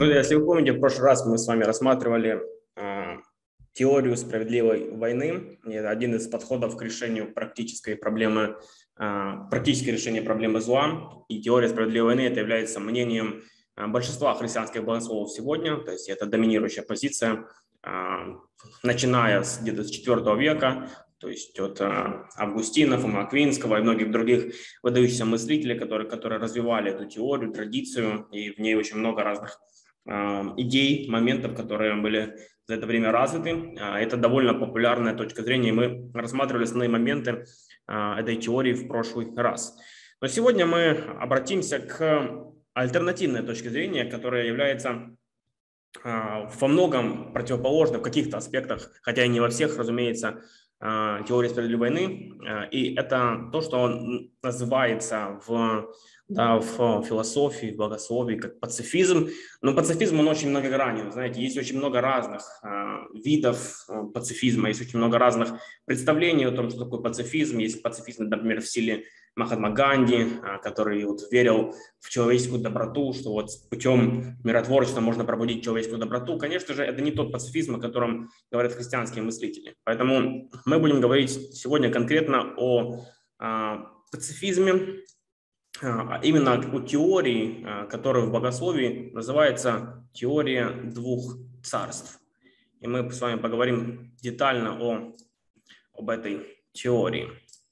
друзья, если вы помните, в прошлый раз мы с вами рассматривали теорию справедливой войны. Это один из подходов к решению практической решения проблемы зла. И теория справедливой войны это является мнением большинства христианских богословов сегодня. То есть это доминирующая позиция, начиная где-то с IV века. То есть от Августина, Фома Аквинского и многих других выдающихся мыслителей, которые развивали эту теорию, традицию, и в ней очень много разных идей, моментов, которые были за это время развиты. Это довольно популярная точка зрения, и мы рассматривали основные моменты этой теории в прошлый раз. Но сегодня мы обратимся к альтернативной точке зрения, которая является во многом противоположной в каких-то аспектах, хотя и не во всех, разумеется, теории справедливой войны, и это то, что называется в философии, в богословии как пацифизм. Но пацифизм, он очень многогранен, знаете, есть очень много разных видов пацифизма, есть очень много разных представлений о том, что такое пацифизм. Есть пацифизм, например, в стиле Махатма Ганди, который верил в человеческую доброту, что путем миротворчества можно пробудить человеческую доброту. Конечно же, это не тот пацифизм, о котором говорят христианские мыслители. Поэтому мы будем говорить сегодня конкретно о пацифизме, именно о теории, которая в богословии называется теория двух царств. И мы с вами поговорим детально об этой теории.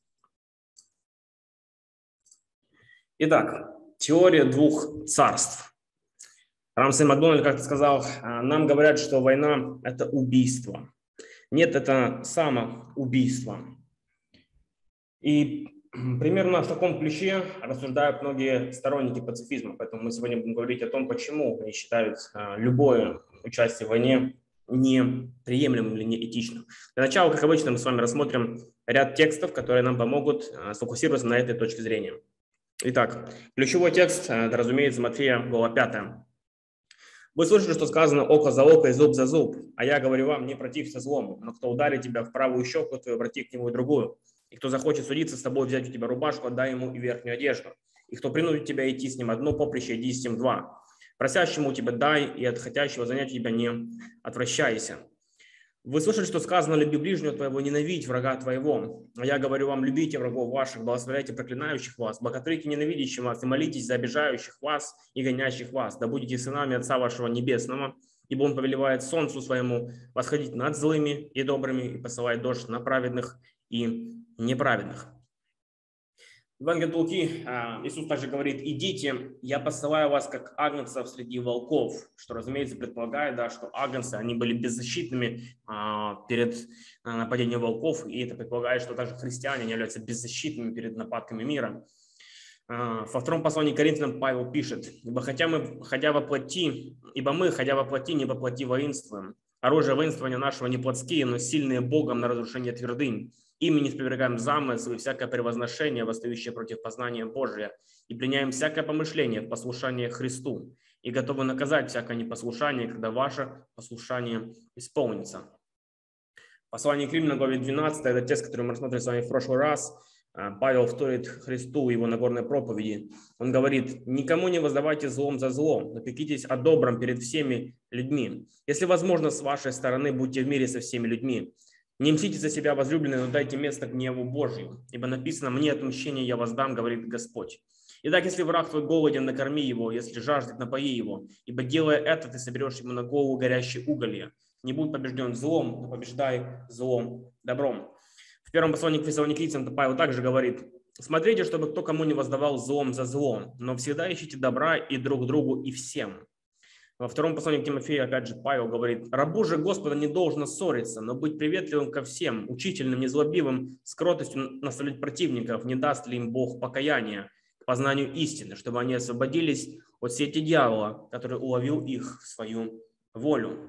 Итак, теория двух царств. Рамсей Макдональд как-то сказал, нам говорят, что война – это убийство. Нет, это самоубийство. И примерно в таком ключе рассуждают многие сторонники пацифизма. Поэтому мы сегодня будем говорить о том, почему они считают любое участие в войне неприемлемым или неэтичным. Для начала, как обычно, мы с вами рассмотрим ряд текстов, которые нам помогут сфокусироваться на этой точке зрения. Итак, ключевой текст, это, разумеется, Матфея, глава 5. Вы слышали, что сказано око за око и зуб за зуб, а я говорю вам, не протився злому, но кто ударит тебя в правую щеку, то обрати к нему и другую. И кто захочет судиться с тобой, взять у тебя рубашку, отдай ему и верхнюю одежду. И кто принудит тебя идти с ним одно поприще, иди с ним два. Просящему тебя дай, и от хотящего занять тебя не отвращайся. Вы слышали, что сказано, люби ближнего твоего, ненавидь врага твоего. А я говорю вам, любите врагов ваших, благословляйте проклинающих вас, боготворите ненавидящих вас и молитесь за обижающих вас и гонящих вас. Да будете сынами Отца вашего Небесного, ибо Он повелевает солнцу своему восходить над злыми и добрыми и посылает дождь на праведных и неправедных. В Евангелии от Луки Иисус также говорит, идите, я посылаю вас как агнцев среди волков, что, разумеется, предполагает, что агнцы, они были беззащитными перед нападением волков, и это предполагает, что также христиане они являются беззащитными перед нападками мира. Во втором послании к Коринфянам Павел пишет, ибо мы, ходя во плоти, не во плоти воинствуем. Оружие воинствования нашего не плотские, но сильные Богом на разрушение твердынь. Ими не спровергаем замыслы и всякое превозношение, восстающее против познания Божия, и пленяем всякое помышление в послушание Христу, и готовы наказать всякое непослушание, когда ваше послушание исполнится. Послание к Римлянам, главе 12, это текст, который мы рассмотрели с вами в прошлый раз. Павел вторит Христу его Нагорной проповеди. Он говорит, никому не воздавайте злом за зло, но пекитесь о добром перед всеми людьми. Если возможно, с вашей стороны, будьте в мире со всеми людьми. Не мстите за себя, возлюбленные, но дайте место гневу Божию, ибо написано, мне отмщение я воздам, говорит Господь. Итак, если враг твой голоден, накорми его, если жаждет, напои его, ибо делая это, ты соберешь ему на голову горящие уголья. Не будь побежден злом, но побеждай злом добром. В первом послании к Фессалоникийцам Павел также говорит, смотрите, чтобы кто кому не воздавал злом за зло, но всегда ищите добра и друг другу, и всем. Во втором послании к Тимофею, опять же, Павел говорит, рабу же Господа не должно ссориться, но быть приветливым ко всем, учительным, незлобивым, с кротостью наставлять противников, не даст ли им Бог покаяния к познанию истины, чтобы они освободились от сети дьявола, который уловил их в свою волю.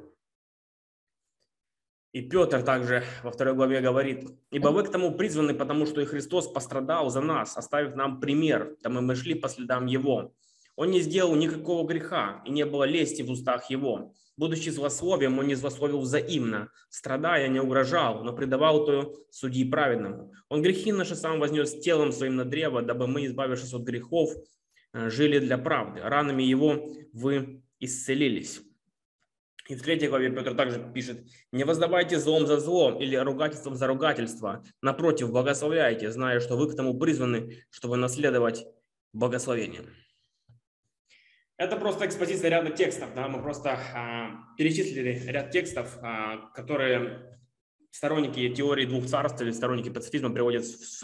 И Петр также во 2 главе говорит, ибо вы к тому призваны, потому что и Христос пострадал за нас, оставив нам пример, дабы мы шли по следам Его. Он не сделал никакого греха, и не было лести в устах его. Будучи злословием, он не злословил взаимно. Страдая, не угрожал, но предавал то судьи праведному. Он грехи наши сам вознес телом своим на древо, дабы мы, избавившись от грехов, жили для правды. Ранами его вы исцелились. И в 3 главе Петр также пишет: «Не воздавайте злом за зло или ругательством за ругательство. Напротив, благословляйте, зная, что вы к тому призваны, чтобы наследовать благословение». Это просто экспозиция ряда текстов. Да? Мы просто перечислили ряд текстов, которые сторонники теории двух царств или сторонники пацифизма приводят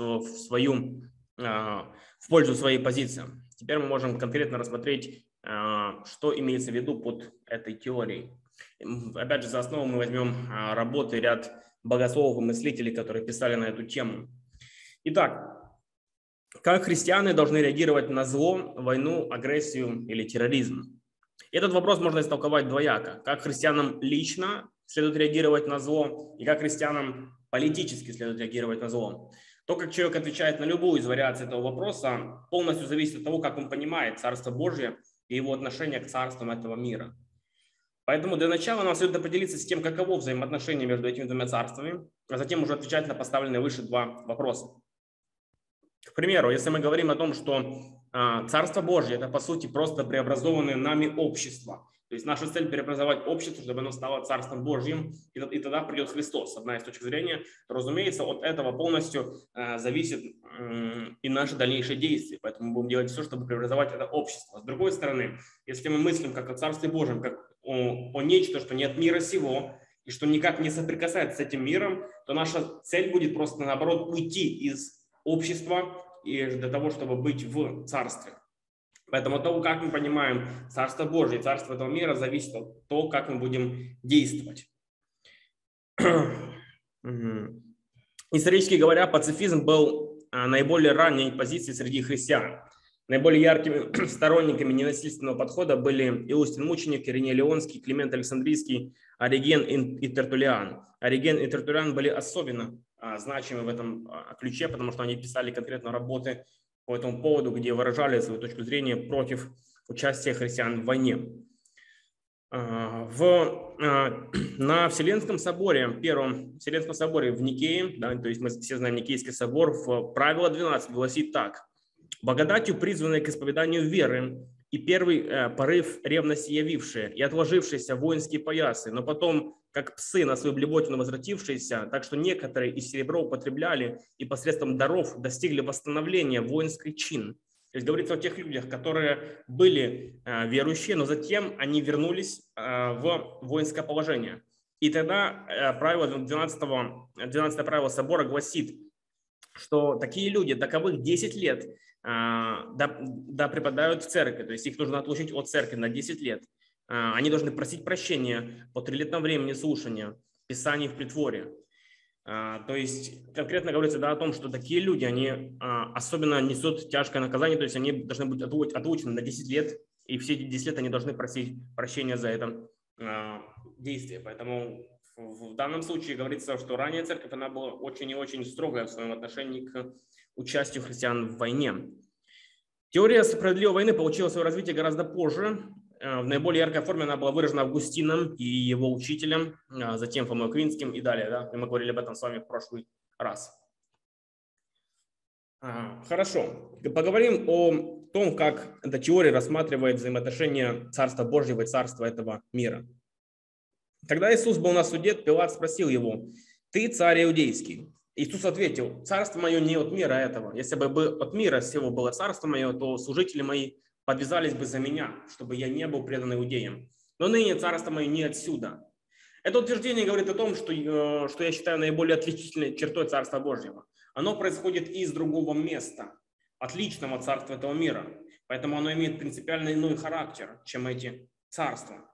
в пользу своей позиции. Теперь мы можем конкретно рассмотреть, что имеется в виду под этой теорией. Опять же, за основу мы возьмем работы ряд богословов и мыслителей, которые писали на эту тему. Итак, как христиане должны реагировать на зло, войну, агрессию или терроризм? Этот вопрос можно истолковать двояко. Как христианам лично следует реагировать на зло, и как христианам политически следует реагировать на зло. То, как человек отвечает на любую из вариаций этого вопроса, полностью зависит от того, как он понимает Царство Божие и его отношение к царствам этого мира. Поэтому для начала нам следует определиться с тем, каково взаимоотношение между этими двумя царствами, а затем уже отвечать на поставленные выше два вопроса. К примеру, если мы говорим о том, что Царство Божье – это, по сути, просто преобразованное нами общество. То есть наша цель – преобразовать общество, чтобы оно стало Царством Божьим, и тогда придет Христос. Одна из точек зрения, разумеется, от этого полностью зависит и наши дальнейшие действия. Поэтому мы будем делать все, чтобы преобразовать это общество. С другой стороны, если мы мыслим как о Царстве Божьем, как о нечто, что не от мира сего, и что никак не соприкасается с этим миром, то наша цель будет просто, наоборот, уйти из общества и для того, чтобы быть в царстве. Поэтому от того, как мы понимаем Царство Божие и Царство этого мира, зависит от того, как мы будем действовать. Исторически говоря, пацифизм был наиболее ранней позицией среди христиан. Наиболее яркими сторонниками ненасильственного подхода были Иустин Мученик, Ириней Леонский, Климент Александрийский, Ориген и Тертуллиан. Ориген и Тертуллиан были особенно значимы в этом ключе, потому что они писали конкретно работы по этому поводу, где выражали свою точку зрения против участия христиан в войне. На Вселенском соборе, Первом Вселенском соборе в Никее, да, то есть мы все знаем Никейский собор, в правило 12 гласит так: «Благодатью, призванной к исповеданию веры, и первый порыв ревности явившие, и отложившиеся воинские поясы, но потом, как псы на свою блевотину возвратившиеся, так что некоторые из серебро употребляли и посредством даров достигли восстановления воинской чин». То есть говорится о тех людях, которые были верующие, но затем они вернулись в воинское положение. И тогда правило 12 правило собора гласит, что такие люди, таковых 10 лет, да преподают в церкви, то есть их нужно отлучить от церкви на 10 лет. Они должны просить прощения по 3-летному времени слушания Писаний в притворе. То есть конкретно говорится, да, о том, что такие люди, они особенно несут тяжкое наказание, то есть они должны быть отлучены на 10 лет, и все эти 10 лет они должны просить прощения за это действие. Поэтому в данном случае говорится, что ранняя церковь, она была очень и очень строгая в своем отношении к участию христиан в войне. Теория справедливой войны получила свое развитие гораздо позже. В наиболее яркой форме она была выражена Августином и его учителем, затем Фомой Аквинским и далее. Да? И мы говорили об этом с вами в прошлый раз. Хорошо. Поговорим о том, как эта теория рассматривает взаимоотношения Царства Божьего и Царства этого мира. Когда Иисус был на суде, Пилат спросил его: «Ты царь иудейский?» Иисус ответил: «Царство мое не от мира этого. Если бы от мира сего было царство мое, то служители мои подвязались бы за меня, чтобы я не был предан иудеям. Но ныне царство мое не отсюда». Это утверждение говорит о том, что я считаю наиболее отличительной чертой Царства Божьего. Оно происходит из другого места, отличного от царства этого мира. Поэтому оно имеет принципиально иной характер, чем эти царства.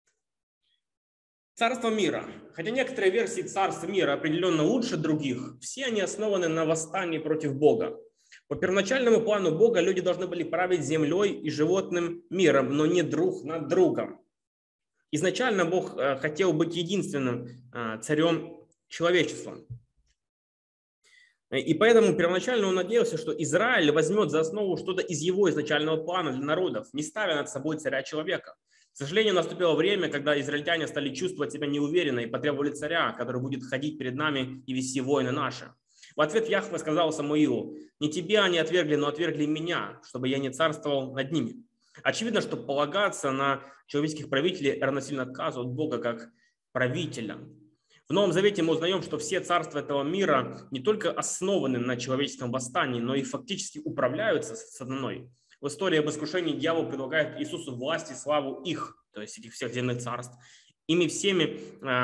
Царство мира. Хотя некоторые версии царства мира определенно лучше других, все они основаны на восстании против Бога. По первоначальному плану Бога люди должны были править землей и животным миром, но не друг над другом. Изначально Бог хотел быть единственным царем человечества. И поэтому первоначально он надеялся, что Израиль возьмет за основу что-то из его изначального плана для народов, не ставя над собой царя человека. К сожалению, наступило время, когда израильтяне стали чувствовать себя неуверенно и потребовали царя, который будет ходить перед нами и вести войны наши. В ответ Яхве сказал Самуилу: «Не тебе они отвергли, но отвергли меня, чтобы я не царствовал над ними». Очевидно, что полагаться на человеческих правителей равносильно отказу от Бога как правителя. В Новом Завете мы узнаем, что все царства этого мира не только основаны на человеческом восстании, но и фактически управляются сатаной. В истории об искушении дьявол предлагает Иисусу власть и славу их, то есть этих всех земных царств, ими всеми,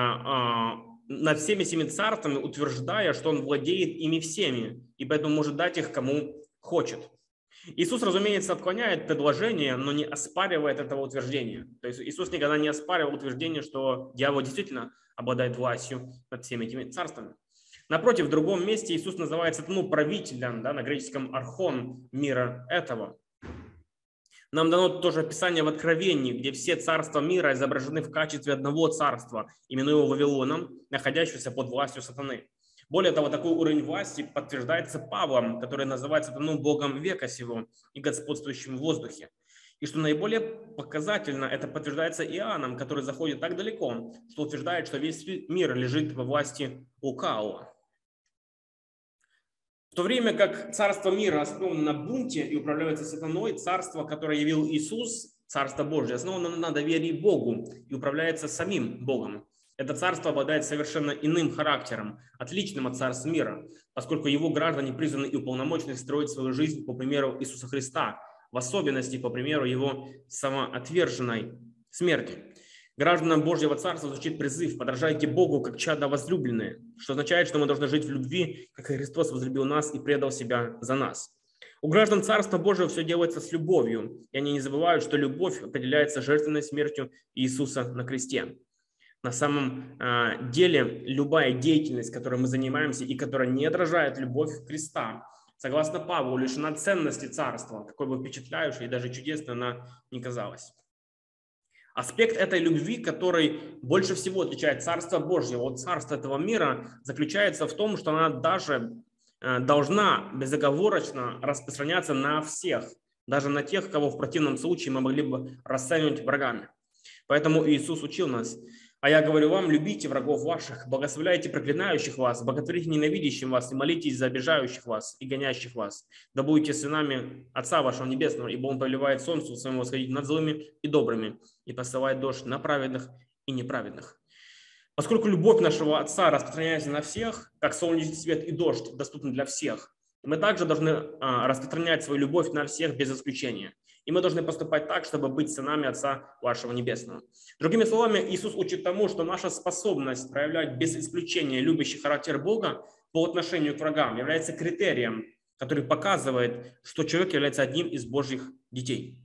над всеми семи царствами, утверждая, что он владеет ими всеми, и поэтому может дать их кому хочет. Иисус, разумеется, отклоняет предложение, но не оспаривает этого утверждения. То есть Иисус никогда не оспаривал утверждение, что дьявол действительно обладает властью над всеми этими царствами. Напротив, в другом месте Иисус называет сатану правителем, на греческом архон мира этого. Нам дано тоже описание в Откровении, где все царства мира изображены в качестве одного царства, именуемого Вавилоном, находящегося под властью сатаны. Более того, такой уровень власти подтверждается Павлом, который называет сатану богом века сего и господствующим в воздухе. И что наиболее показательно, это подтверждается Иоанном, который заходит так далеко, что утверждает, что весь мир лежит во власти лукавого. В то время как царство мира основано на бунте и управляется сатаной, царство, которое явил Иисус, царство Божье, основано на доверии Богу и управляется самим Богом. Это царство обладает совершенно иным характером, отличным от царств мира, поскольку его граждане призваны и уполномочены строить свою жизнь по примеру Иисуса Христа, в особенности по примеру его самоотверженной смерти. Гражданам Божьего Царства звучит призыв: подражайте Богу, как чада возлюбленные, что означает, что мы должны жить в любви, как Христос возлюбил нас и предал себя за нас. У граждан Царства Божьего все делается с любовью, и они не забывают, что любовь определяется жертвенной смертью Иисуса на кресте. На самом деле, любая деятельность, которой мы занимаемся и которая не отражает любовь Христа, согласно Павлу, лишена ценности царства, какой бы впечатляющей и даже чудесной она ни казалась. Аспект этой любви, который больше всего отличает Царство Божье от царства этого мира, заключается в том, что она даже должна безоговорочно распространяться на всех, даже на тех, кого в противном случае мы могли бы расценивать врагами. Поэтому Иисус учил нас: а я говорю вам, любите врагов ваших, благословляйте проклинающих вас, боготворите ненавидящим вас и молитесь за обижающих вас и гонящих вас. Да будете сынами Отца вашего Небесного, ибо Он повелевает солнцу своему восходить над злыми и добрыми и посылает дождь на праведных и неправедных. Поскольку любовь нашего Отца распространяется на всех, как солнечный свет и дождь доступны для всех, мы также должны распространять свою любовь на всех без исключения. И мы должны поступать так, чтобы быть сынами Отца вашего Небесного. Другими словами, Иисус учит тому, что наша способность проявлять без исключения любящий характер Бога по отношению к врагам является критерием, который показывает, что человек является одним из Божьих детей.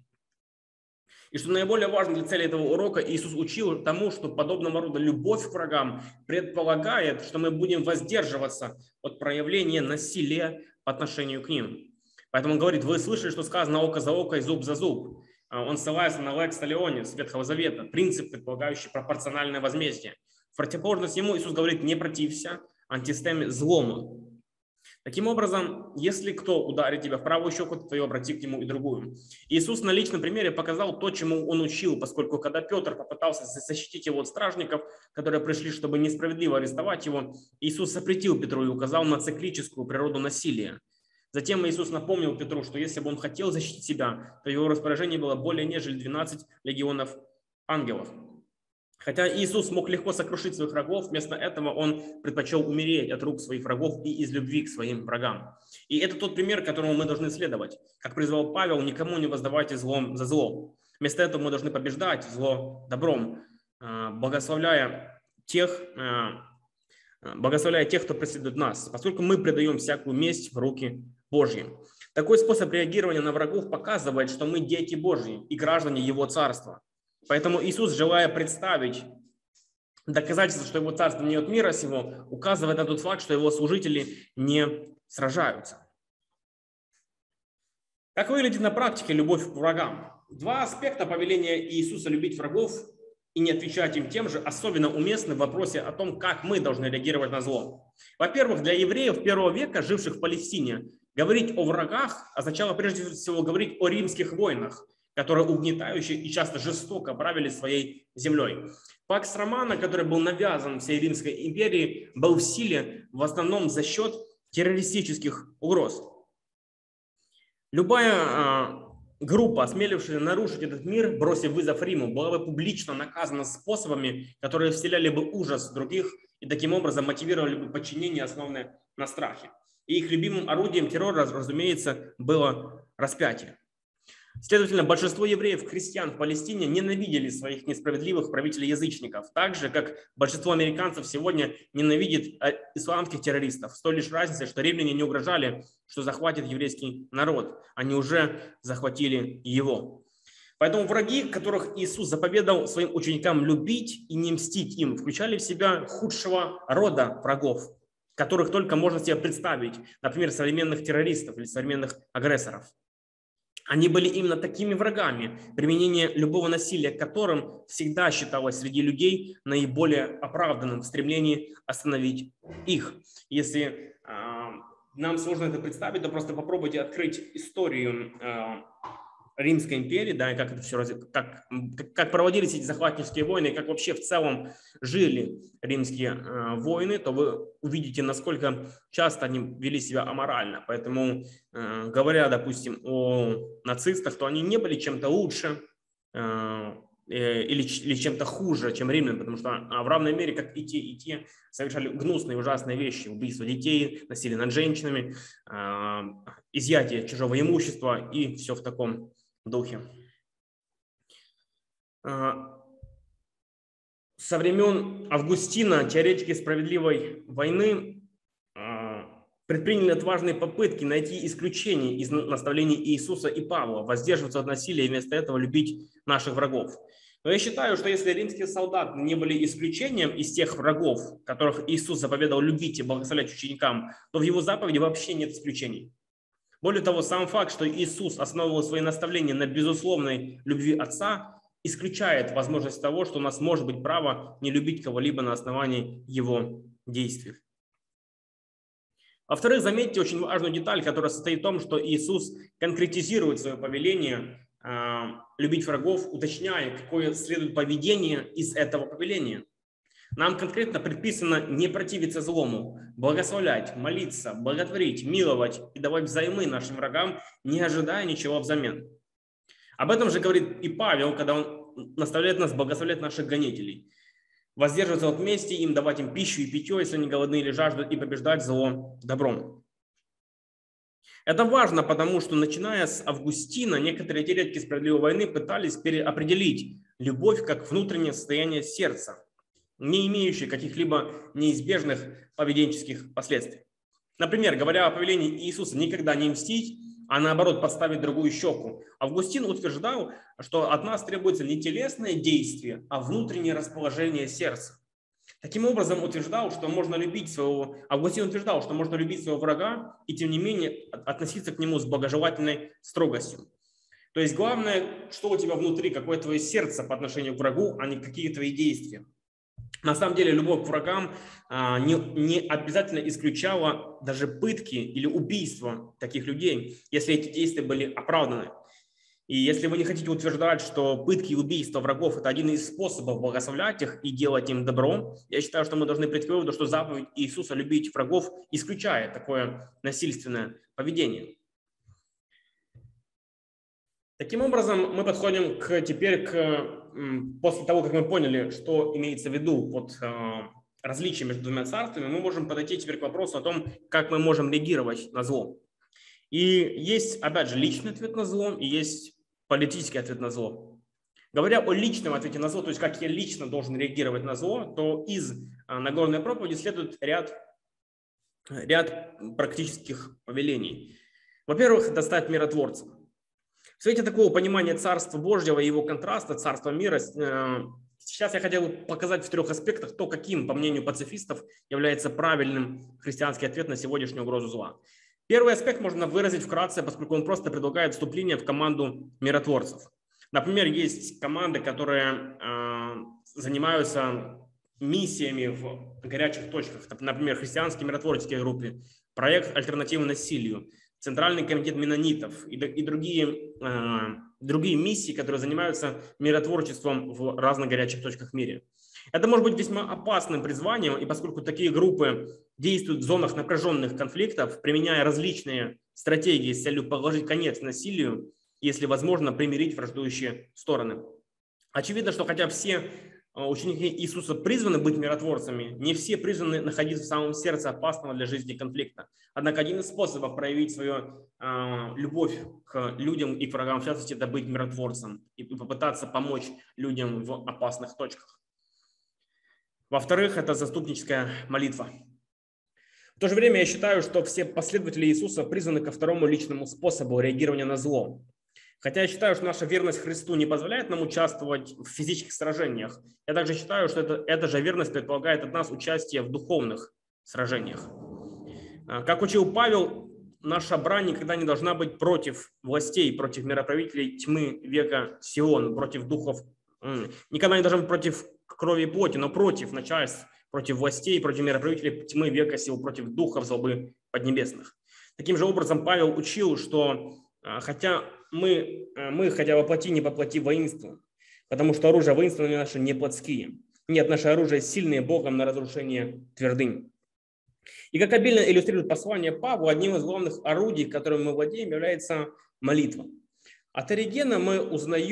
И что наиболее важно для цели этого урока, Иисус учил тому, что подобного рода любовь к врагам предполагает, что мы будем воздерживаться от проявления насилия по отношению к ним. Поэтому он говорит: вы слышали, что сказано око за око и зуб за зуб. Он ссылается на лекс талионис Ветхого Завета, принцип, предполагающий пропорциональное возмездие. В противоположность ему Иисус говорит: не протився антистеме злому. Таким образом, если кто ударит тебя в правую щеку, то твою обрати к нему и другую. Иисус на личном примере показал то, чему он учил, поскольку когда Петр попытался защитить его от стражников, которые пришли, чтобы несправедливо арестовать его, Иисус запретил Петру и указал на циклическую природу насилия. Затем Иисус напомнил Петру, что если бы он хотел защитить себя, то в его распоряжении было более нежели 12 легионов ангелов. Хотя Иисус мог легко сокрушить своих врагов, вместо этого он предпочел умереть от рук своих врагов и из любви к своим врагам. И это тот пример, которому мы должны следовать. Как призвал Павел: никому не воздавайте злом за зло. Вместо этого мы должны побеждать зло добром, благословляя тех, кто преследует нас, поскольку мы предаем всякую месть в руки Божьи. Такой способ реагирования на врагов показывает, что мы дети Божьи и граждане Его Царства. Поэтому Иисус, желая представить доказательство, что Его Царство не от мира сего, указывает на тот факт, что Его служители не сражаются. Как выглядит на практике любовь к врагам? Два аспекта повеления Иисуса любить врагов и не отвечать им тем же особенно уместны в вопросе о том, как мы должны реагировать на зло. Во-первых, для евреев первого века, живших в Палестине, говорить о врагах означало прежде всего говорить о римских войнах, которые угнетающе и часто жестоко правили своей землей. Пакс Романа, который был навязан всей Римской империи, был в силе в основном за счет террористических угроз. Любая группа, осмелившая нарушить этот мир, бросив вызов Риму, была бы публично наказана способами, которые вселяли бы ужас в других и таким образом мотивировали бы подчинение, основанное на страхе. И их любимым орудием террора, разумеется, было распятие. Следовательно, большинство евреев-христиан в Палестине ненавидели своих несправедливых правителей-язычников, так же, как большинство американцев сегодня ненавидит исламских террористов. С той лишь разницей, что римляне не угрожали, что захватят еврейский народ. Они уже захватили его. Поэтому враги, которых Иисус заповедал своим ученикам любить и не мстить им, включали в себя худшего рода врагов, которых только можно себе представить, например, современных террористов или современных агрессоров. Они были именно такими врагами, применение любого насилия к которым всегда считалось среди людей наиболее оправданным в стремлении остановить их. Если нам сложно это представить, то просто попробуйте открыть историю Римской империи, да, и как это все как проводились эти захватнические войны, и как вообще в целом жили римские воины, то вы увидите, насколько часто они вели себя аморально. Поэтому, говоря, допустим, о нацистах, то они не были чем-то лучше или чем-то хуже, чем римляне, потому что в равной мере, как и те совершали гнусные, ужасные вещи: убийство детей, насилие над женщинами, изъятие чужого имущества и все в таком духе. Со времен Августина теоретики справедливой войны предприняли отважные попытки найти исключения из наставлений Иисуса и Павла, воздерживаться от насилия и вместо этого любить наших врагов. Но я считаю, что если римские солдаты не были исключением из тех врагов, которых Иисус заповедовал любить и благословлять ученикам, то в его заповеди вообще нет исключений. Более того, сам факт, что Иисус основывал свои наставления на безусловной любви Отца, исключает возможность того, что у нас может быть право не любить кого-либо на основании его действий. Во-вторых, заметьте очень важную деталь, которая состоит в том, что Иисус конкретизирует свое повеление любить врагов, уточняя, какое следует поведение из этого повеления. Нам конкретно предписано не противиться злому, благословлять, молиться, благотворить, миловать и давать взаймы нашим врагам, не ожидая ничего взамен. Об этом же говорит и Павел, когда он наставляет нас благословлять наших гонителей, воздерживаться от мести, им давать им пищу и питье, если они голодны или жаждут, и побеждать зло добром. Это важно, потому что, начиная с Августина, некоторые теоретики справедливой войны пытались определить любовь как внутреннее состояние сердца, не имеющее каких-либо неизбежных поведенческих последствий. Например, говоря о повелении Иисуса никогда не мстить, а наоборот подставить другую щеку, Августин утверждал, что от нас требуется не телесное действие, а внутреннее расположение сердца. Таким образом, Августин утверждал, что можно любить своего врага и, тем не менее, относиться к нему с благожелательной строгостью. То есть главное, что у тебя внутри, какое твое сердце по отношению к врагу, а не какие твои действия. На самом деле, любовь к врагам не обязательно исключала даже пытки или убийства таких людей, если эти действия были оправданы. И если вы не хотите утверждать, что пытки и убийства врагов – это один из способов благословлять их и делать им добро, я считаю, что мы должны прийти к выводу, что заповедь Иисуса любить врагов исключает такое насильственное поведение. Таким образом, мы подходим теперь после того, как мы поняли, что имеется в виду под различием между двумя царствами, мы можем подойти теперь к вопросу о том, как мы можем реагировать на зло. И есть, опять же, личный ответ на зло, и есть политический ответ на зло. Говоря о личном ответе на зло, то есть как я лично должен реагировать на зло, то из Нагорной проповеди следует ряд практических повелений. Во-первых, достать миротворца. В свете такого понимания Царства Божьего и его контраста, Царства мира, сейчас я хотел бы показать в 3 аспектах то, каким, по мнению пацифистов, является правильным христианский ответ на сегодняшнюю угрозу зла. Первый аспект можно выразить вкратце, поскольку он просто предлагает вступление в команду миротворцев. Например, есть команды, которые занимаются миссиями в горячих точках. Например, христианские миротворческие группы, проект «Альтернатива насилию», Центральный комитет меннонитов и другие миссии, которые занимаются миротворчеством в разных горячих точках в мире. Это может быть весьма опасным призванием, и поскольку такие группы действуют в зонах напряженных конфликтов, применяя различные стратегии с целью положить конец насилию, если возможно, примирить враждующие стороны. Очевидно, что хотя все ученики Иисуса призваны быть миротворцами, не все призваны находиться в самом сердце опасного для жизни конфликта. Однако один из способов проявить свою любовь к людям и к врагам, в частности, это быть миротворцем и попытаться помочь людям в опасных точках. Во-вторых, это заступническая молитва. В то же время я считаю, что все последователи Иисуса призваны ко второму личному способу реагирования на зло. Хотя я считаю, что наша верность Христу не позволяет нам участвовать в физических сражениях, я также считаю, что эта же верность предполагает от нас участие в духовных сражениях. Как учил Павел, наша брань никогда не должна быть против властей, против мироправителей тьмы века Сион, против духов, никогда не должна быть против крови и плоти, но против начальств, против властей, против мироправителей тьмы века сил, против духов злобы поднебесных. Таким же образом Павел учил, что хотя мы хотя во плоти, не по плоти воинствуем, потому что оружие воинствования наши не плотские. Нет, наше оружие сильное Богом на разрушение твердынь. И как обильно иллюстрирует послание Павла, одним из главных орудий, которым мы владеем, является молитва. От Оригена мы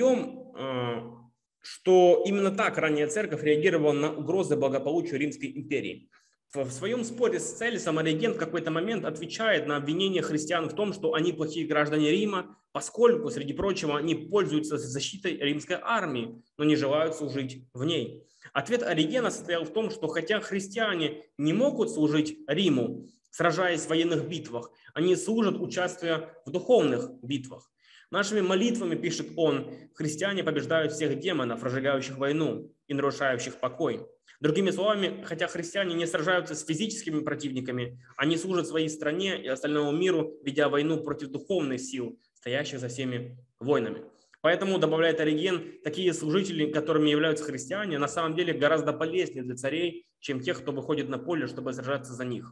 узнаем, что именно так ранняя церковь реагировала на угрозы благополучию Римской империи. В своем споре с Целесом Ориген в какой-то момент отвечает на обвинение христиан в том, что они плохие граждане Рима, поскольку, среди прочего, они пользуются защитой римской армии, но не желают служить в ней. Ответ Оригена состоял в том, что хотя христиане не могут служить Риму, сражаясь в военных битвах, они служат, участвуя в духовных битвах. Нашими молитвами, пишет он, христиане побеждают всех демонов, разжигающих войну и нарушающих покой. Другими словами, хотя христиане не сражаются с физическими противниками, они служат своей стране и остальному миру, ведя войну против духовных сил, стоящих за всеми войнами. Поэтому, добавляет Ориген, такие служители, которыми являются христиане, на самом деле гораздо полезнее для царей, чем тех, кто выходит на поле, чтобы сражаться за них.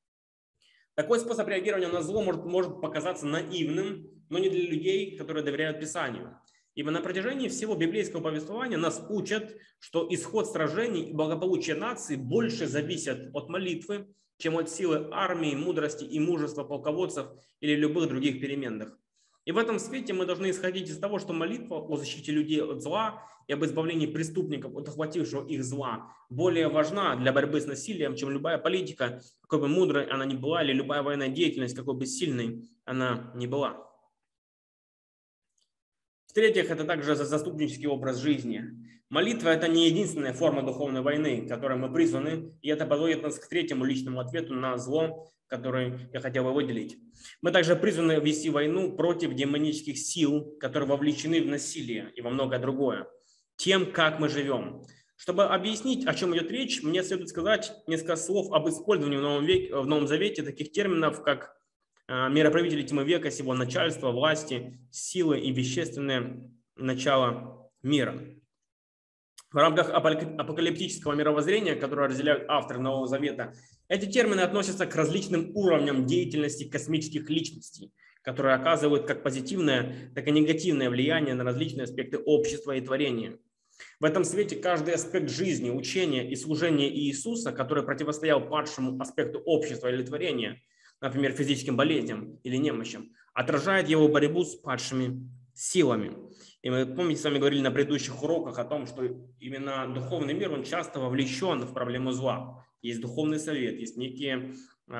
Такой способ реагирования на зло может показаться наивным, но не для людей, которые доверяют Писанию. Ибо на протяжении всего библейского повествования нас учат, что исход сражений и благополучие нации больше зависят от молитвы, чем от силы армии, мудрости и мужества полководцев или любых других переменных. И в этом свете мы должны исходить из того, что молитва о защите людей от зла и об избавлении преступников от охватившего их зла более важна для борьбы с насилием, чем любая политика, какой бы мудрой она ни была, или любая военная деятельность, какой бы сильной она ни была. В-третьих, это также заступнический образ жизни. Молитва – это не единственная форма духовной войны, к которой мы призваны, и это подводит нас к третьему личному ответу на зло, который я хотел бы выделить. Мы также призваны вести войну против демонических сил, которые вовлечены в насилие и во многое другое, тем, как мы живем. Чтобы объяснить, о чем идет речь, мне следует сказать несколько слов об использовании в Новом Завете таких терминов, как мироправители тьмы века сего, начальство, власти, силы и вещественное начало мира. В рамках апокалиптического мировоззрения, которое разделяют авторы Нового Завета, эти термины относятся к различным уровням деятельности космических личностей, которые оказывают как позитивное, так и негативное влияние на различные аспекты общества и творения. В этом свете каждый аспект жизни, учения и служения Иисуса, который противостоял падшему аспекту общества или творения, например, физическим болезням или немощам, отражает его борьбу с падшими силами. И мы, помните, с вами говорили на предыдущих уроках о том, что именно духовный мир, он часто вовлечен в проблему зла. Есть духовный совет, есть некие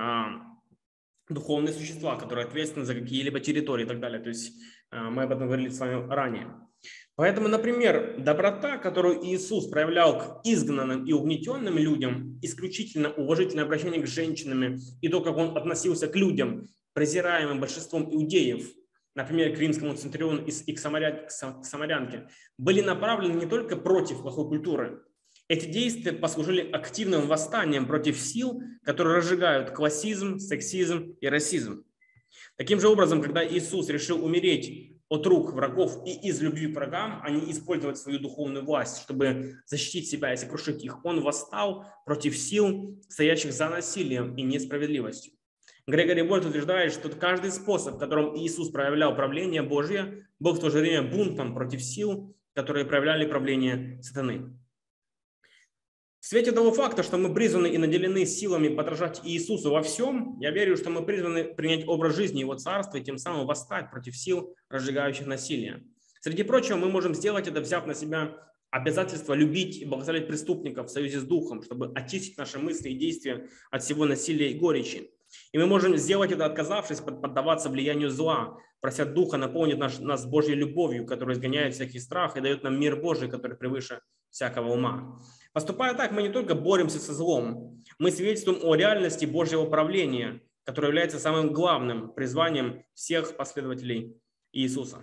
духовные существа, которые ответственны за какие-либо территории и так далее. То есть мы об этом говорили с вами ранее. Поэтому, например, доброта, которую Иисус проявлял к изгнанным и угнетенным людям, исключительно уважительное обращение к женщинам и то, как он относился к людям, презираемым большинством иудеев, например, к римскому центуриону и к самарянке, были направлены не только против плохой культуры. Эти действия послужили активным восстанием против сил, которые разжигают классизм, сексизм и расизм. Таким же образом, когда Иисус решил умереть от рук врагов и из любви к врагам, а не использовать свою духовную власть, чтобы защитить себя и сокрушить их, он восстал против сил, стоящих за насилием и несправедливостью. Грегори Больт утверждает, что каждый способ, которым Иисус проявлял правление Божье, был в то же время бунтом против сил, которые проявляли правление сатаны. В свете того факта, что мы призваны и наделены силами подражать Иисусу во всем, я верю, что мы призваны принять образ жизни Его Царства и тем самым восстать против сил, разжигающих насилие. Среди прочего, мы можем сделать это, взяв на себя обязательство любить и благословлять преступников в союзе с Духом, чтобы очистить наши мысли и действия от всего насилия и горечи. И мы можем сделать это, отказавшись поддаваться влиянию зла, прося Духа наполнить нас Божьей любовью, которая изгоняет всякий страх и дает нам мир Божий, который превыше всякого ума. Поступая так, мы не только боремся со злом, мы свидетельствуем о реальности Божьего правления, которое является самым главным призванием всех последователей Иисуса.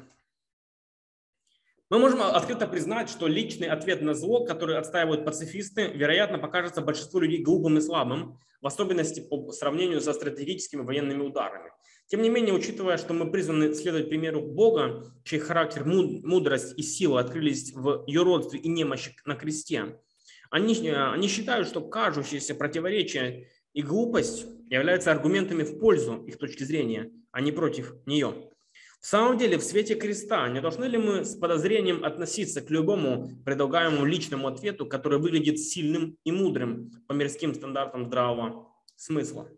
Мы можем открыто признать, что личный ответ на зло, который отстаивают пацифисты, вероятно, покажется большинству людей глупым и слабым, в особенности по сравнению со стратегическими военными ударами. Тем не менее, учитывая, что мы призваны следовать примеру Бога, чей характер, мудрость и сила открылись в юродстве и немощи на кресте, они считают, что кажущиеся противоречия и глупость являются аргументами в пользу их точки зрения, а не против нее. В самом деле, в свете креста не должны ли мы с подозрением относиться к любому предлагаемому личному ответу, который выглядит сильным и мудрым по мирским стандартам здравого смысла?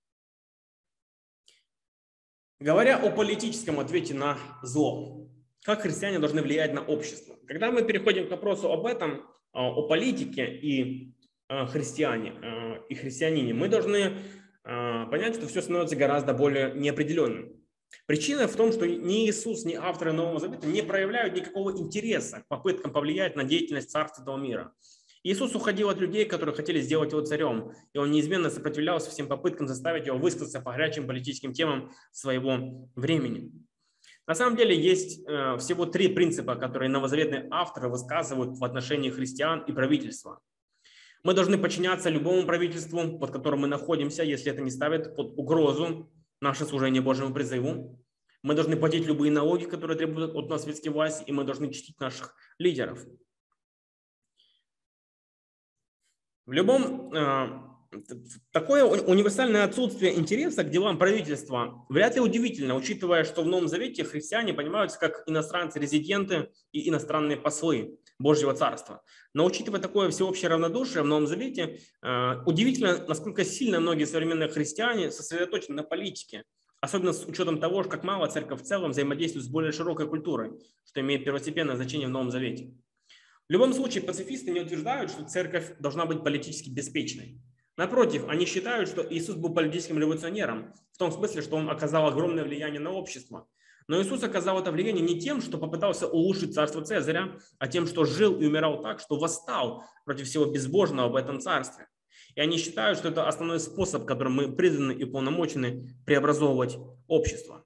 Говоря о политическом ответе на зло, как христиане должны влиять на общество? Когда мы переходим к вопросу об этом, о политике и христианине, мы должны понять, что все становится гораздо более неопределенным. Причина в том, что ни Иисус, ни авторы Нового Завета не проявляют никакого интереса к попыткам повлиять на деятельность царства этого мира. Иисус уходил от людей, которые хотели сделать его царем, и он неизменно сопротивлялся всем попыткам заставить его высказаться по горячим политическим темам своего времени. На самом деле есть всего 3 принципа, которые новозаветные авторы высказывают в отношении христиан и правительства. Мы должны подчиняться любому правительству, под которым мы находимся, если это не ставит под угрозу наше служение Божьему призыву. Мы должны платить любые налоги, которые требуют от нас светские власти, и мы должны чтить наших лидеров. Такое универсальное отсутствие интереса к делам правительства вряд ли удивительно, учитывая, что в Новом Завете христиане понимаются как иностранцы-резиденты и иностранные послы Божьего Царства. Но учитывая такое всеобщее равнодушие в Новом Завете, удивительно, насколько сильно многие современные христиане сосредоточены на политике, особенно с учетом того, как мало церковь в целом взаимодействует с более широкой культурой, что имеет первостепенное значение в Новом Завете. В любом случае, пацифисты не утверждают, что церковь должна быть политически беспечной. Напротив, они считают, что Иисус был политическим революционером, в том смысле, что он оказал огромное влияние на общество. Но Иисус оказал это влияние не тем, что попытался улучшить царство Цезаря, а тем, что жил и умирал так, что восстал против всего безбожного в этом царстве. И они считают, что это основной способ, которым мы призваны и уполномочены преобразовывать общество.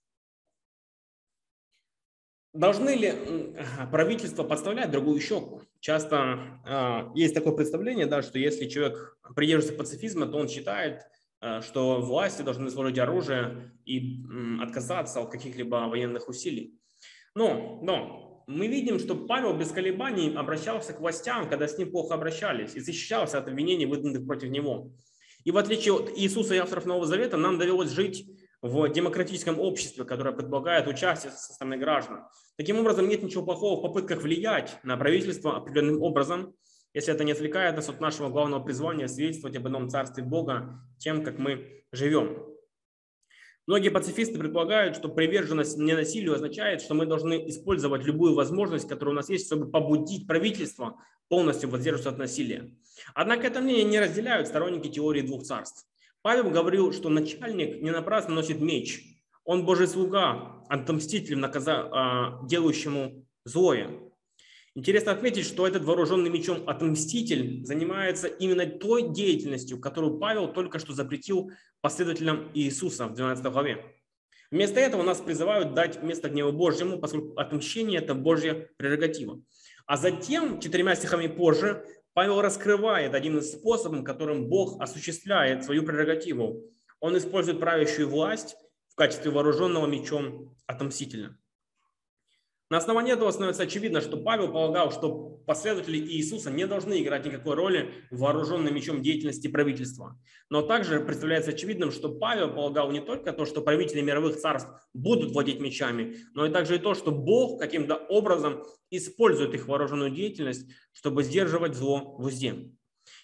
Должны ли правительства подставлять другую щеку? Часто есть такое представление, да, что если человек придерживается пацифизма, то он считает, что власти должны сложить оружие и отказаться от каких-либо военных усилий. Но мы видим, что Павел без колебаний обращался к властям, когда с ним плохо обращались, и защищался от обвинений, выдвинутых против него. И в отличие от Иисуса и авторов Нового Завета, нам довелось жить в демократическом обществе, которое предполагает участие со стороны граждан. Таким образом, нет ничего плохого в попытках влиять на правительство определенным образом, если это не отвлекает нас от нашего главного призвания свидетельствовать об ином царстве Бога тем, как мы живем. Многие пацифисты предполагают, что приверженность ненасилию означает, что мы должны использовать любую возможность, которая у нас есть, чтобы побудить правительство полностью воздерживаться от насилия. Однако это мнение не разделяют сторонники теории 2 царств. Павел говорил, что начальник не напрасно носит меч. Он Божий слуга, отомститель делающему злое. Интересно отметить, что этот вооруженный мечом отомститель занимается именно той деятельностью, которую Павел только что запретил последователям Иисуса в 12 главе. Вместо этого нас призывают дать место гневу Божьему, поскольку отмщение – это Божья прерогатива. А затем, 4 стихами позже, Павел раскрывает один из способов, которым Бог осуществляет свою прерогативу. Он использует правящую власть в качестве вооруженного мечом отомстителя. На основании этого становится очевидно, что Павел полагал, что последователи Иисуса не должны играть никакой роли в вооруженном мечом деятельности правительства. Но также представляется очевидным, что Павел полагал не только то, что правители мировых царств будут владеть мечами, но и также и то, что Бог каким-то образом использует их вооруженную деятельность, чтобы сдерживать зло в узде.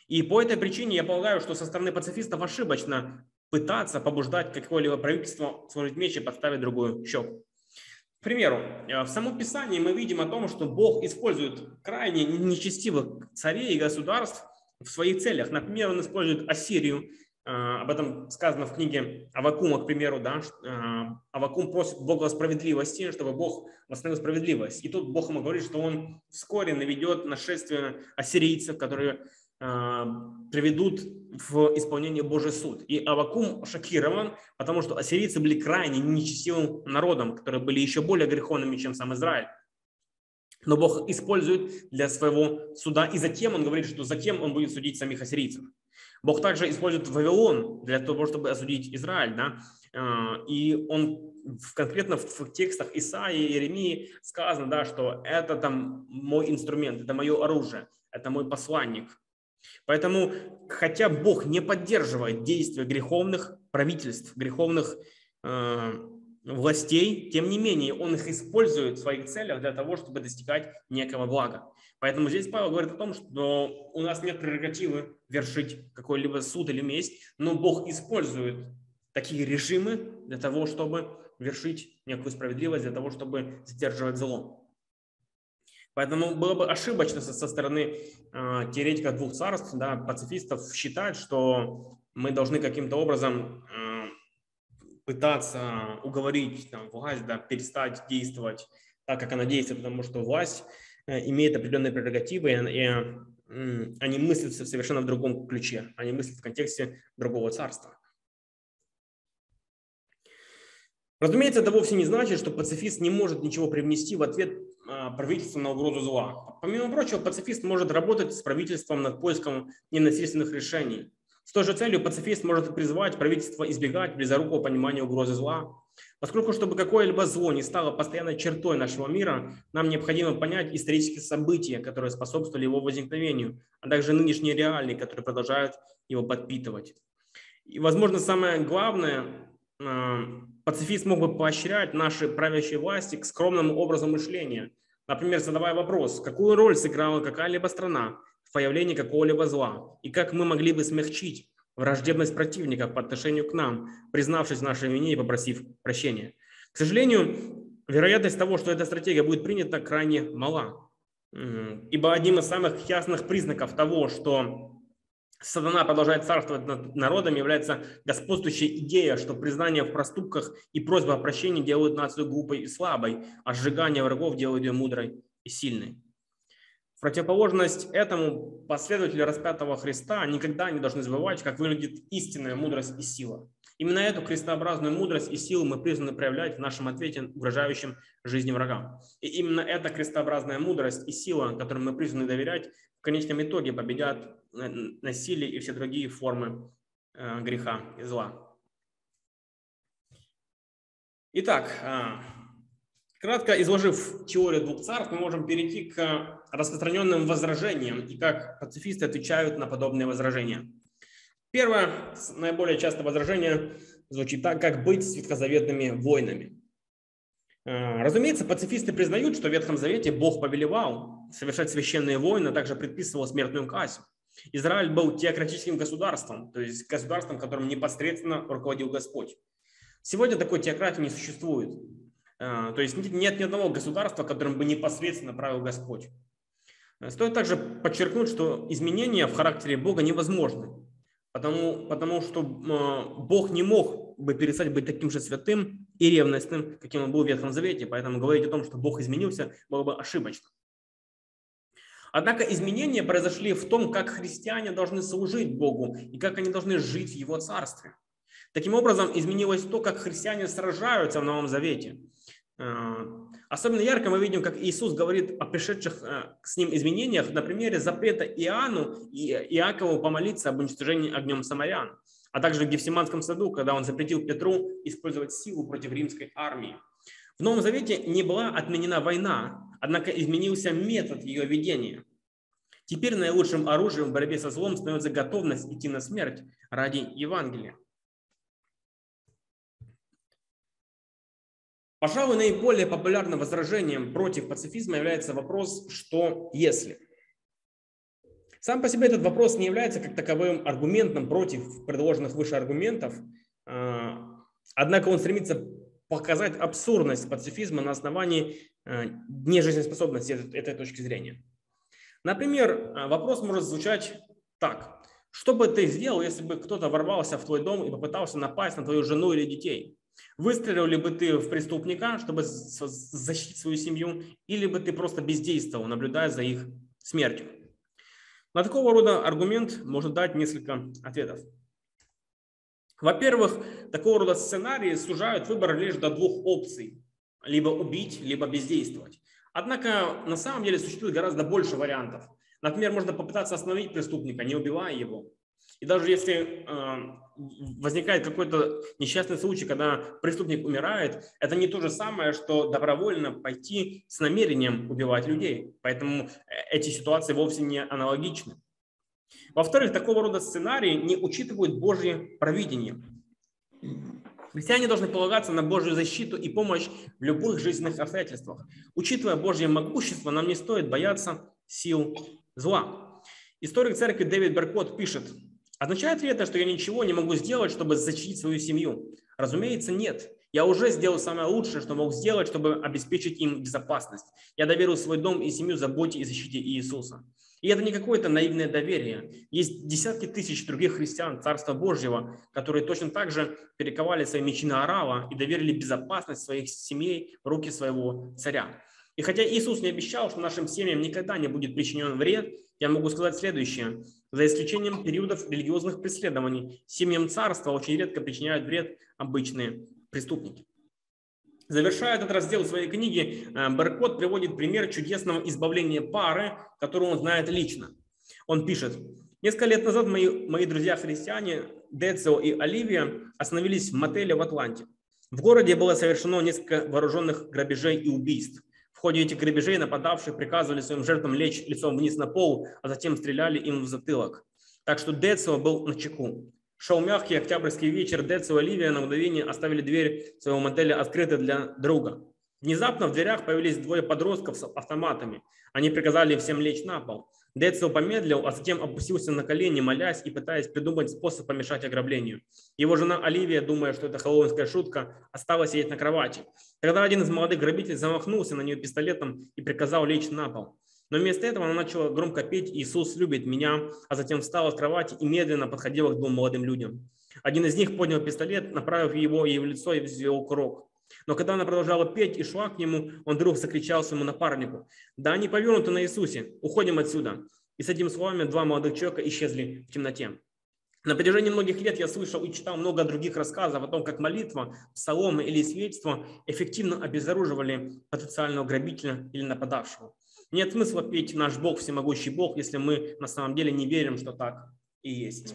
И по этой причине я полагаю, что со стороны пацифистов ошибочно пытаться побуждать какое-либо правительство сложить меч и подставить другую щеку. К примеру, в самом Писании мы видим о том, что Бог использует крайне нечестивых царей и государств в своих целях. Например, он использует Ассирию. Об этом сказано в книге Аввакума, к примеру. Да? Аввакум просит Бога справедливости, чтобы Бог восстановил справедливость. И тут Бог ему говорит, что он вскоре наведет нашествие ассирийцев, которые приведут в исполнение Божий суд. И Аввакум шокирован, потому что ассирийцы были крайне нечестивым народом, которые были еще более греховными, чем сам Израиль. Но Бог использует для своего суда, и затем он говорит, что затем он будет судить самих ассирийцев. Бог также использует Вавилон для того, чтобы осудить Израиль. Да? И он конкретно в текстах Исаии и Иеремии сказано, да, что это там мой инструмент, это мое оружие, это мой посланник. Поэтому, хотя Бог не поддерживает действия греховных правительств, греховных властей, тем не менее, он их использует в своих целях для того, чтобы достигать некого блага. Поэтому здесь Павел говорит о том, что у нас нет прерогативы вершить какой-либо суд или месть, но Бог использует такие режимы для того, чтобы вершить некую справедливость, для того, чтобы сдерживать зло. Поэтому было бы ошибочно со стороны теоретиков двух царств, да, пацифистов, считать, что мы должны каким-то образом пытаться уговорить там, власть, да, перестать действовать так, как она действует, потому что власть имеет определенные прерогативы, и они мыслят совершенно в другом ключе, они мыслят в контексте другого царства. Разумеется, это вовсе не значит, что пацифист не может ничего привнести в ответ правительству на угрозу зла. Помимо прочего, пацифист может работать с правительством над поиском ненасильственных решений. С той же целью пацифист может призвать правительство избегать близорукого понимания угрозы зла. Поскольку, чтобы какое-либо зло не стало постоянной чертой нашего мира, нам необходимо понять исторические события, которые способствовали его возникновению, а также нынешние реалии, которые продолжают его подпитывать. И, возможно, самое главное, пацифист мог бы поощрять наши правящие власти к скромному образу мышления. Например, задавая вопрос, какую роль сыграла какая-либо страна в появлении какого-либо зла, и как мы могли бы смягчить враждебность противников по отношению к нам, признавшись в нашей вине и попросив прощения. К сожалению, вероятность того, что эта стратегия будет принята, крайне мала. Ибо одним из самых ясных признаков того, что сатана продолжает царствовать над народом, является господствующая идея, что признание в проступках и просьба о прощении делают нацию глупой и слабой, а сжигание врагов делает ее мудрой и сильной. В противоположность этому последователи распятого Христа никогда не должны забывать, как выглядит истинная мудрость и сила. Именно эту крестообразную мудрость и силу мы призваны проявлять в нашем ответе угрожающим жизни врагам. И именно эта крестообразная мудрость и сила, которым мы призваны доверять, в конечном итоге победят насилие и все другие формы греха и зла. Итак, кратко изложив теорию двух царств, мы можем перейти к распространенным возражениям и как пацифисты отвечают на подобные возражения. Первое, наиболее частое возражение звучит так, как быть с ветхозаветными войнами. Разумеется, пацифисты признают, что в Ветхом Завете Бог повелевал совершать священные войны, а также предписывал смертную казнь. Израиль был теократическим государством, то есть государством, которым непосредственно руководил Господь. Сегодня такой теократии не существует. То есть нет ни одного государства, которым бы непосредственно правил Господь. Стоит также подчеркнуть, что изменения в характере Бога невозможны, потому что Бог не мог бы перестать быть таким же святым и ревностным, каким он был в Ветхом Завете, поэтому говорить о том, что Бог изменился, было бы ошибочно. Однако изменения произошли в том, как христиане должны служить Богу и как они должны жить в Его Царстве. Таким образом, изменилось то, как христиане сражаются в Новом Завете. Особенно ярко мы видим, как Иисус говорит о пришедших с ним изменениях на примере запрета Иоанну и Иакову помолиться об уничтожении огнем самарян, а также в Гефсиманском саду, когда он запретил Петру использовать силу против римской армии. В Новом Завете не была отменена война, однако изменился метод ее ведения. Теперь наилучшим оружием в борьбе со злом становится готовность идти на смерть ради Евангелия. Пожалуй, наиболее популярным возражением против пацифизма является вопрос «что если?». Сам по себе этот вопрос не является как таковым аргументом против предложенных выше аргументов, однако он стремится показать абсурдность пацифизма на основании нежизнеспособности этой точки зрения. Например, вопрос может звучать так. Что бы ты сделал, если бы кто-то ворвался в твой дом и попытался напасть на твою жену или детей? Выстрелил ли бы ты в преступника, чтобы защитить свою семью, или бы ты просто бездействовал, наблюдая за их смертью? На такого рода аргумент может дать несколько ответов. Во-первых, такого рода сценарии сужают выбор лишь до двух опций. Либо убить, либо бездействовать. Однако на самом деле существует гораздо больше вариантов. Например, можно попытаться остановить преступника, не убивая его. И даже если возникает какой-то несчастный случай, когда преступник умирает, это не то же самое, что добровольно пойти с намерением убивать людей. Поэтому эти ситуации вовсе не аналогичны. Во-вторых, такого рода сценарии не учитывают Божье провидение. Христиане должны полагаться на Божью защиту и помощь в любых жизненных обстоятельствах. Учитывая Божье могущество, нам не стоит бояться сил зла. Историк церкви Дэвид Беркот пишет: означает ли это, что я ничего не могу сделать, чтобы защитить свою семью? Разумеется, нет. Я уже сделал самое лучшее, что мог сделать, чтобы обеспечить им безопасность. Я доверил свой дом и семью заботе и защите Иисуса. И это не какое-то наивное доверие. Есть десятки тысяч других христиан Царства Божьего, которые точно так же перековали свои мечи на орала и доверили безопасность своих семей в руки своего царя. И хотя Иисус не обещал, что нашим семьям никогда не будет причинен вред, я могу сказать следующее. За исключением периодов религиозных преследований, семьям царства очень редко причиняют вред обычные преступники. Завершая этот раздел своей книги, Беркот приводит пример чудесного избавления пары, которую он знает лично. Он пишет: несколько лет назад мои друзья-христиане Децио и Оливия остановились в мотеле в Атланте. В городе было совершено несколько вооруженных грабежей и убийств. В ходе этих грабежей нападавшие приказывали своим жертвам лечь лицом вниз на пол, а затем стреляли им в затылок. Так что Децио был начеку. Шел мягкий октябрьский вечер, Децио и Оливия на мгновение оставили дверь своего мотеля открытой для друга. Внезапно в дверях появились двое подростков с автоматами. Они приказали всем лечь на пол. Децио помедлил, а затем опустился на колени, молясь и пытаясь придумать способ помешать ограблению. Его жена Оливия, думая, что это хэллоуинская шутка, осталась сидеть на кровати. Тогда один из молодых грабителей замахнулся на нее пистолетом и приказал лечь на пол. Но вместо этого она начала громко петь «Иисус любит меня», а затем встала с кровати и медленно подходила к двум молодым людям. Один из них поднял пистолет, направив его ей в лицо и взвел курок. Но когда она продолжала петь и шла к нему, он вдруг закричал своему напарнику: «Да они повернуты на Иисусе, уходим отсюда!» И с этими словами два молодых человека исчезли в темноте. На протяжении многих лет я слышал и читал много других рассказов о том, как молитва, псаломы или свидетельства эффективно обезоруживали потенциального грабителя или нападавшего. Нет смысла петь «Наш Бог, всемогущий Бог», если мы на самом деле не верим, что так и есть.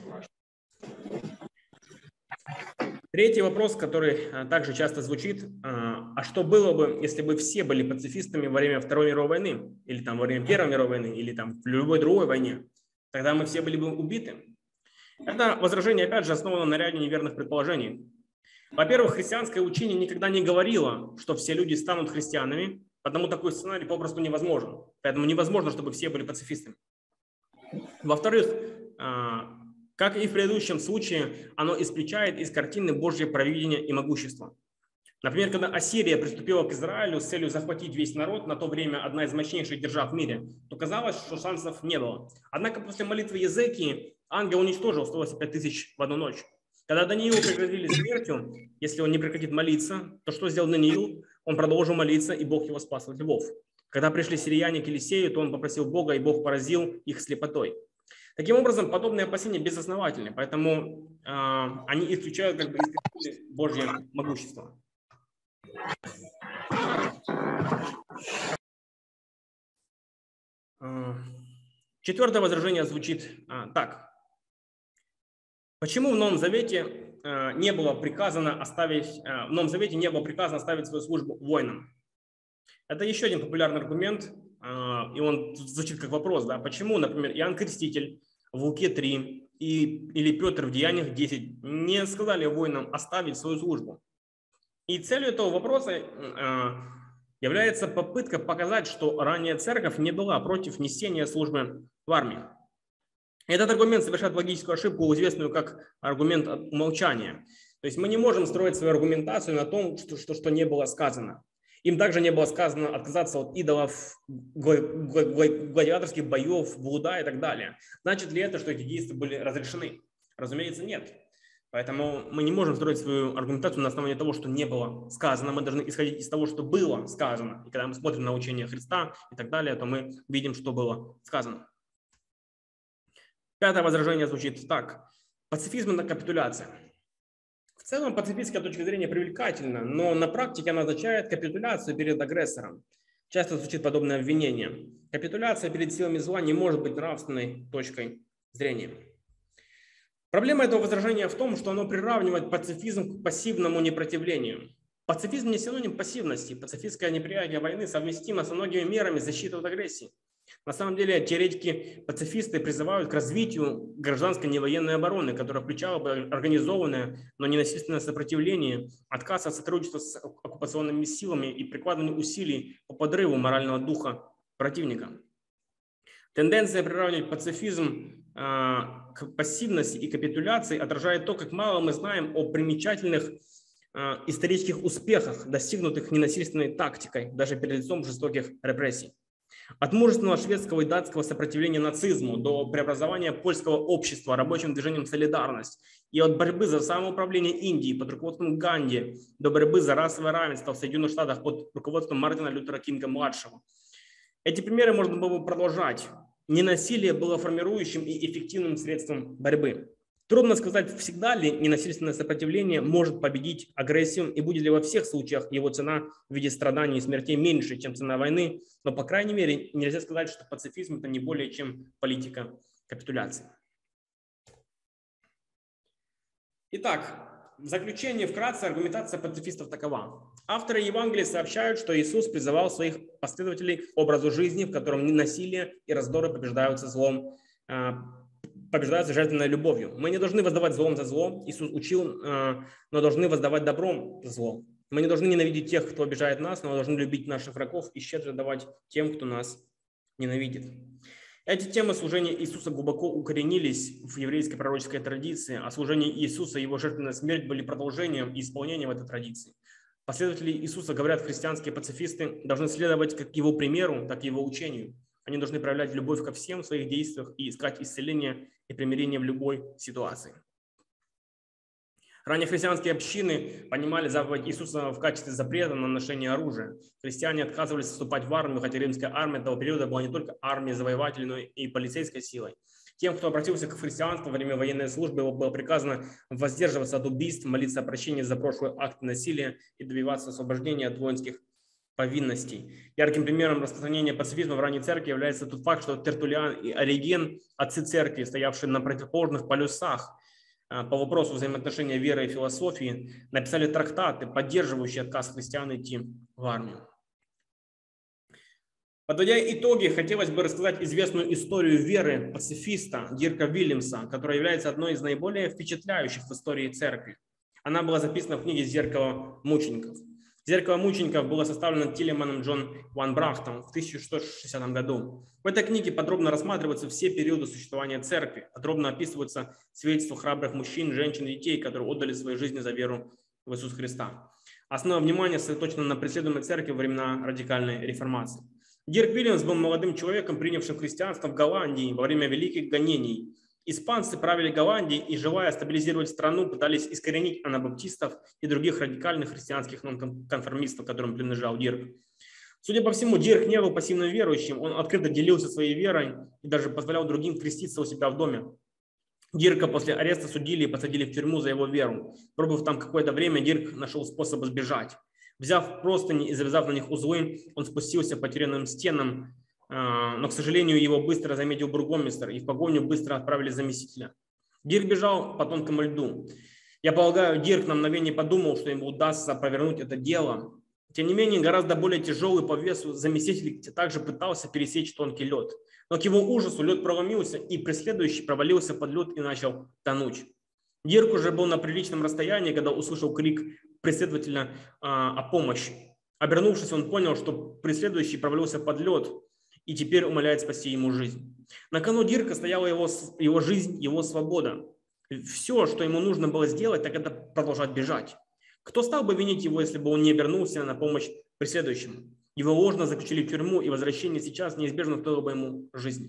Третий вопрос, который также часто звучит: а что было бы, если бы все были пацифистами во время Второй мировой войны, или там во время Первой мировой войны, или там в любой другой войне? Тогда мы все были бы убиты. Это возражение, опять же, основано на ряде неверных предположений. Во-первых, христианское учение никогда не говорило, что все люди станут христианами, потому такой сценарий попросту невозможен. Поэтому невозможно, чтобы все были пацифистами. Во-вторых, как и в предыдущем случае, оно исключает из картины Божье провидение и могущество. Например, когда Ассирия приступила к Израилю с целью захватить весь народ, на то время одна из мощнейших держав в мире, то казалось, что шансов не было. Однако после молитвы Езекии ангел уничтожил 185 тысяч в одну ночь. Когда Даниилу пригрозили смертью, если он не прекратит молиться, то что сделал Даниил? Он продолжил молиться, и Бог его спас от львов. Когда пришли сирияне к Елисею, то он попросил Бога, и Бог поразил их слепотой. Таким образом, подобные опасения безосновательны, поэтому они исключают как бы Божье могущество. Четвертое возражение звучит так. Почему в Новом Завете не было приказано оставить свою службу воинам? Это еще один популярный аргумент, и он звучит как вопрос, да, почему, например, Иоанн Креститель в Луке 3 или Петр в Деяниях 10 не сказали воинам оставить свою службу. И целью этого вопроса является попытка показать, что ранее церковь не была против несения службы в армии. Этот аргумент совершает логическую ошибку, известную как аргумент умолчания. То есть мы не можем строить свою аргументацию на том, что не было сказано. Им также не было сказано отказаться от идолов, гладиаторских боев, блуда и так далее. Значит ли это, что эти действия были разрешены? Разумеется, нет. Поэтому мы не можем строить свою аргументацию на основании того, что не было сказано. Мы должны исходить из того, что было сказано. И когда мы смотрим на учение Христа и так далее, то мы видим, что было сказано. Пятое возражение звучит так. Пацифизм – это капитуляция. В целом пацифистская точка зрения привлекательна, но на практике она означает капитуляцию перед агрессором. Часто звучит подобное обвинение. Капитуляция перед силами зла не может быть нравственной точкой зрения. Проблема этого возражения в том, что оно приравнивает пацифизм к пассивному непротивлению. Пацифизм не синоним пассивности. Пацифистское неприятие войны совместимо со многими мерами защиты от агрессии. На самом деле теоретики-пацифисты призывают к развитию гражданской невоенной обороны, которая включала бы организованное, но ненасильственное сопротивление, отказ от сотрудничества с оккупационными силами и прикладывание усилий по подрыву морального духа противника. Тенденция приравнивать пацифизм к пассивности и капитуляции отражает то, как мало мы знаем о примечательных исторических успехах, достигнутых ненасильственной тактикой, даже перед лицом жестоких репрессий. От мужественного шведского и датского сопротивления нацизму до преобразования польского общества рабочим движением «Солидарность» и от борьбы за самоуправление Индии под руководством Ганди до борьбы за расовое равенство в Соединенных Штатах под руководством Мартина Лютера Кинга-младшего. Эти примеры можно было бы продолжать. Ненасилие было формирующим и эффективным средством борьбы. Трудно сказать, всегда ли ненасильственное сопротивление может победить агрессию и будет ли во всех случаях его цена в виде страданий и смертей меньше, чем цена войны, но, по крайней мере, нельзя сказать, что пацифизм – это не более чем политика капитуляции. Итак, в заключение вкратце аргументация пацифистов такова. Авторы Евангелия сообщают, что Иисус призывал своих последователей к образу жизни, в котором насилие и раздоры побеждаются злом, побеждаются жертвенной любовью. Мы не должны воздавать злом за зло, Иисус учил, но должны воздавать добром за зло. Мы не должны ненавидеть тех, кто обижает нас, но должны любить наших врагов и щедро давать тем, кто нас ненавидит. Эти темы служения Иисуса глубоко укоренились в еврейской пророческой традиции, а служение Иисуса и его жертвенная смерть были продолжением и исполнением этой традиции. Последователи Иисуса, говорят христианские пацифисты, должны следовать как его примеру, так и его учению. Они должны проявлять любовь ко всем в своих действиях и искать исцеление и примирение в любой ситуации. Ранее христианские общины понимали заповедь Иисуса в качестве запрета на ношение оружия. Христиане отказывались вступать в армию, хотя римская армия того периода была не только армией завоевателей, но и полицейской силой. Тем, кто обратился к христианству во время военной службы, было приказано воздерживаться от убийств, молиться о прощении за прошлые акты насилия и добиваться освобождения от воинских повинностей. Ярким примером распространения пацифизма в ранней церкви является тот факт, что Тертуллиан и Ориген, отцы церкви, стоявшие на противоположных полюсах по вопросу взаимоотношения веры и философии, написали трактаты, поддерживающие отказ христиан идти в армию. Подводя итоги, хотелось бы рассказать известную историю веры пацифиста Дирка Вильямса, которая является одной из наиболее впечатляющих в истории церкви. Она была записана в книге «Зеркало мучеников». «Зеркало мучеников» было составлено Тилеманом Джон Ван Брахтом в 1660 году. В этой книге подробно рассматриваются все периоды существования церкви, подробно описываются свидетельства храбрых мужчин, женщин и детей, которые отдали свои жизни за веру в Иисуса Христа. Основное внимание сосредоточено на преследуемой церкви во времена радикальной реформации. Дирк Вильямс был молодым человеком, принявшим христианство в Голландии во время великих гонений. Испанцы правили Голландией и, желая стабилизировать страну, пытались искоренить анабаптистов и других радикальных христианских нонконформистов, которым принадлежал Дирк. Судя по всему, Дирк не был пассивным верующим, он открыто делился своей верой и даже позволял другим креститься у себя в доме. Дирка после ареста судили и посадили в тюрьму за его веру. Пробыв там какое-то время, Дирк нашел способ сбежать. Взяв простыни и завязав на них узлы, он спустился по тюремным стенам, но, к сожалению, его быстро заметил бургомистр, и в погоню быстро отправили заместителя. Дирк бежал по тонкому льду. Я полагаю, Дирк на мгновение подумал, что ему удастся провернуть это дело. Тем не менее, гораздо более тяжелый по весу заместитель также пытался пересечь тонкий лед. Но к его ужасу лед проломился, и преследующий провалился под лед и начал тонуть. Дирк уже был на приличном расстоянии, когда услышал крик преследователя о помощи. Обернувшись, он понял, что преследующий провалился под лед, и теперь умоляет спасти ему жизнь. На кону Дирка стояла его жизнь, его свобода. Все, что ему нужно было сделать, так это продолжать бежать. Кто стал бы винить его, если бы он не вернулся на помощь преследующему? Его ложно заключили в тюрьму, и возвращение сейчас неизбежно стоило бы ему жизни.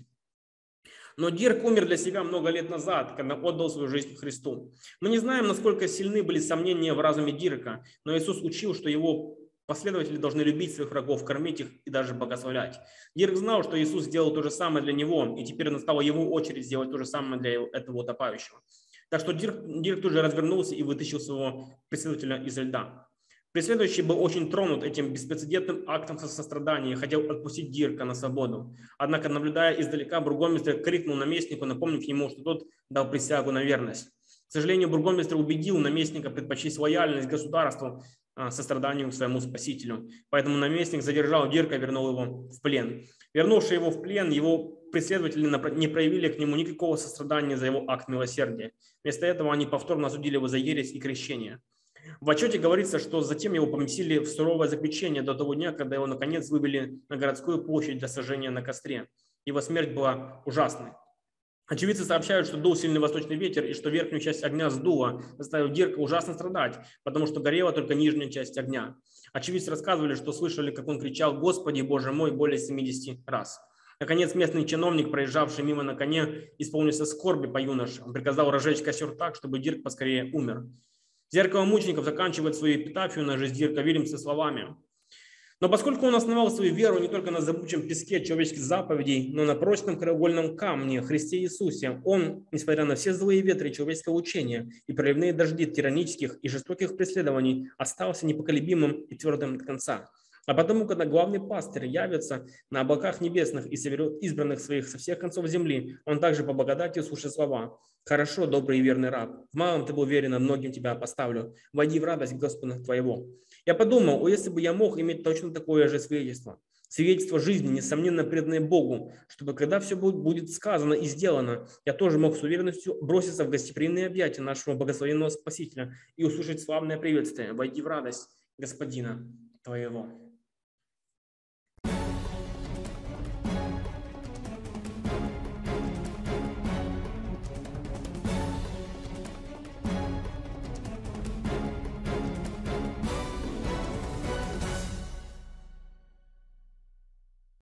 Но Дирк умер для себя много лет назад, когда отдал свою жизнь Христу. Мы не знаем, насколько сильны были сомнения в разуме Дирка, но Иисус учил, что его последователи должны любить своих врагов, кормить их и даже благословлять. Дирк знал, что Иисус сделал то же самое для него, и теперь настала его очередь сделать то же самое для этого утопающего. Так что Дирк тут же развернулся и вытащил своего преследователя из льда. Преследующий был очень тронут этим беспрецедентным актом сострадания и хотел отпустить Дирка на свободу. Однако, наблюдая издалека, бургомистр крикнул наместнику, напомнив ему, что тот дал присягу на верность. К сожалению, бургомистр убедил наместника предпочесть лояльность государству состраданию к своему спасителю. Поэтому наместник задержал Дирка и вернул его в плен. Вернувший его в плен, его преследователи не проявили к нему никакого сострадания за его акт милосердия. Вместо этого они повторно осудили его за ересь и крещение. В отчете говорится, что затем его поместили в суровое заключение до того дня, когда его наконец вывели на городскую площадь для сожжения на костре. Его смерть была ужасной. Очевидцы сообщают, что дул сильный восточный ветер и что верхнюю часть огня сдуло, заставив Дирка ужасно страдать, потому что горела только нижняя часть огня. Очевидцы рассказывали, что слышали, как он кричал «Господи, Боже мой!» более 70 раз. Наконец, местный чиновник, проезжавший мимо на коне, исполнился скорби по юноше. Он приказал разжечь костер так, чтобы Дирк поскорее умер. Зеркало мучеников заканчивает свою эпитафию на жизнь Дирка Вильямса словами: «Но поскольку он основал свою веру не только на зыбучем песке человеческих заповедей, но на прочном краеугольном камне Христе Иисусе, он, несмотря на все злые ветры человеческого учения и проливные дожди тиранических и жестоких преследований, остался непоколебимым и твердым до конца. А потому, когда главный пастырь явится на облаках небесных и соберет избранных своих со всех концов земли, он также по благодати услышит слова: «Хорошо, добрый и верный раб, в малом ты был верен, а многим тебя поставлю. Войди в радость Господа твоего». Я подумал, если бы я мог иметь точно такое же свидетельство. Свидетельство жизни, несомненно преданное Богу, чтобы когда все будет сказано и сделано, я тоже мог с уверенностью броситься в гостеприимные объятия нашего благословенного Спасителя и услышать славное приветствие: «Войди в радость Господина твоего».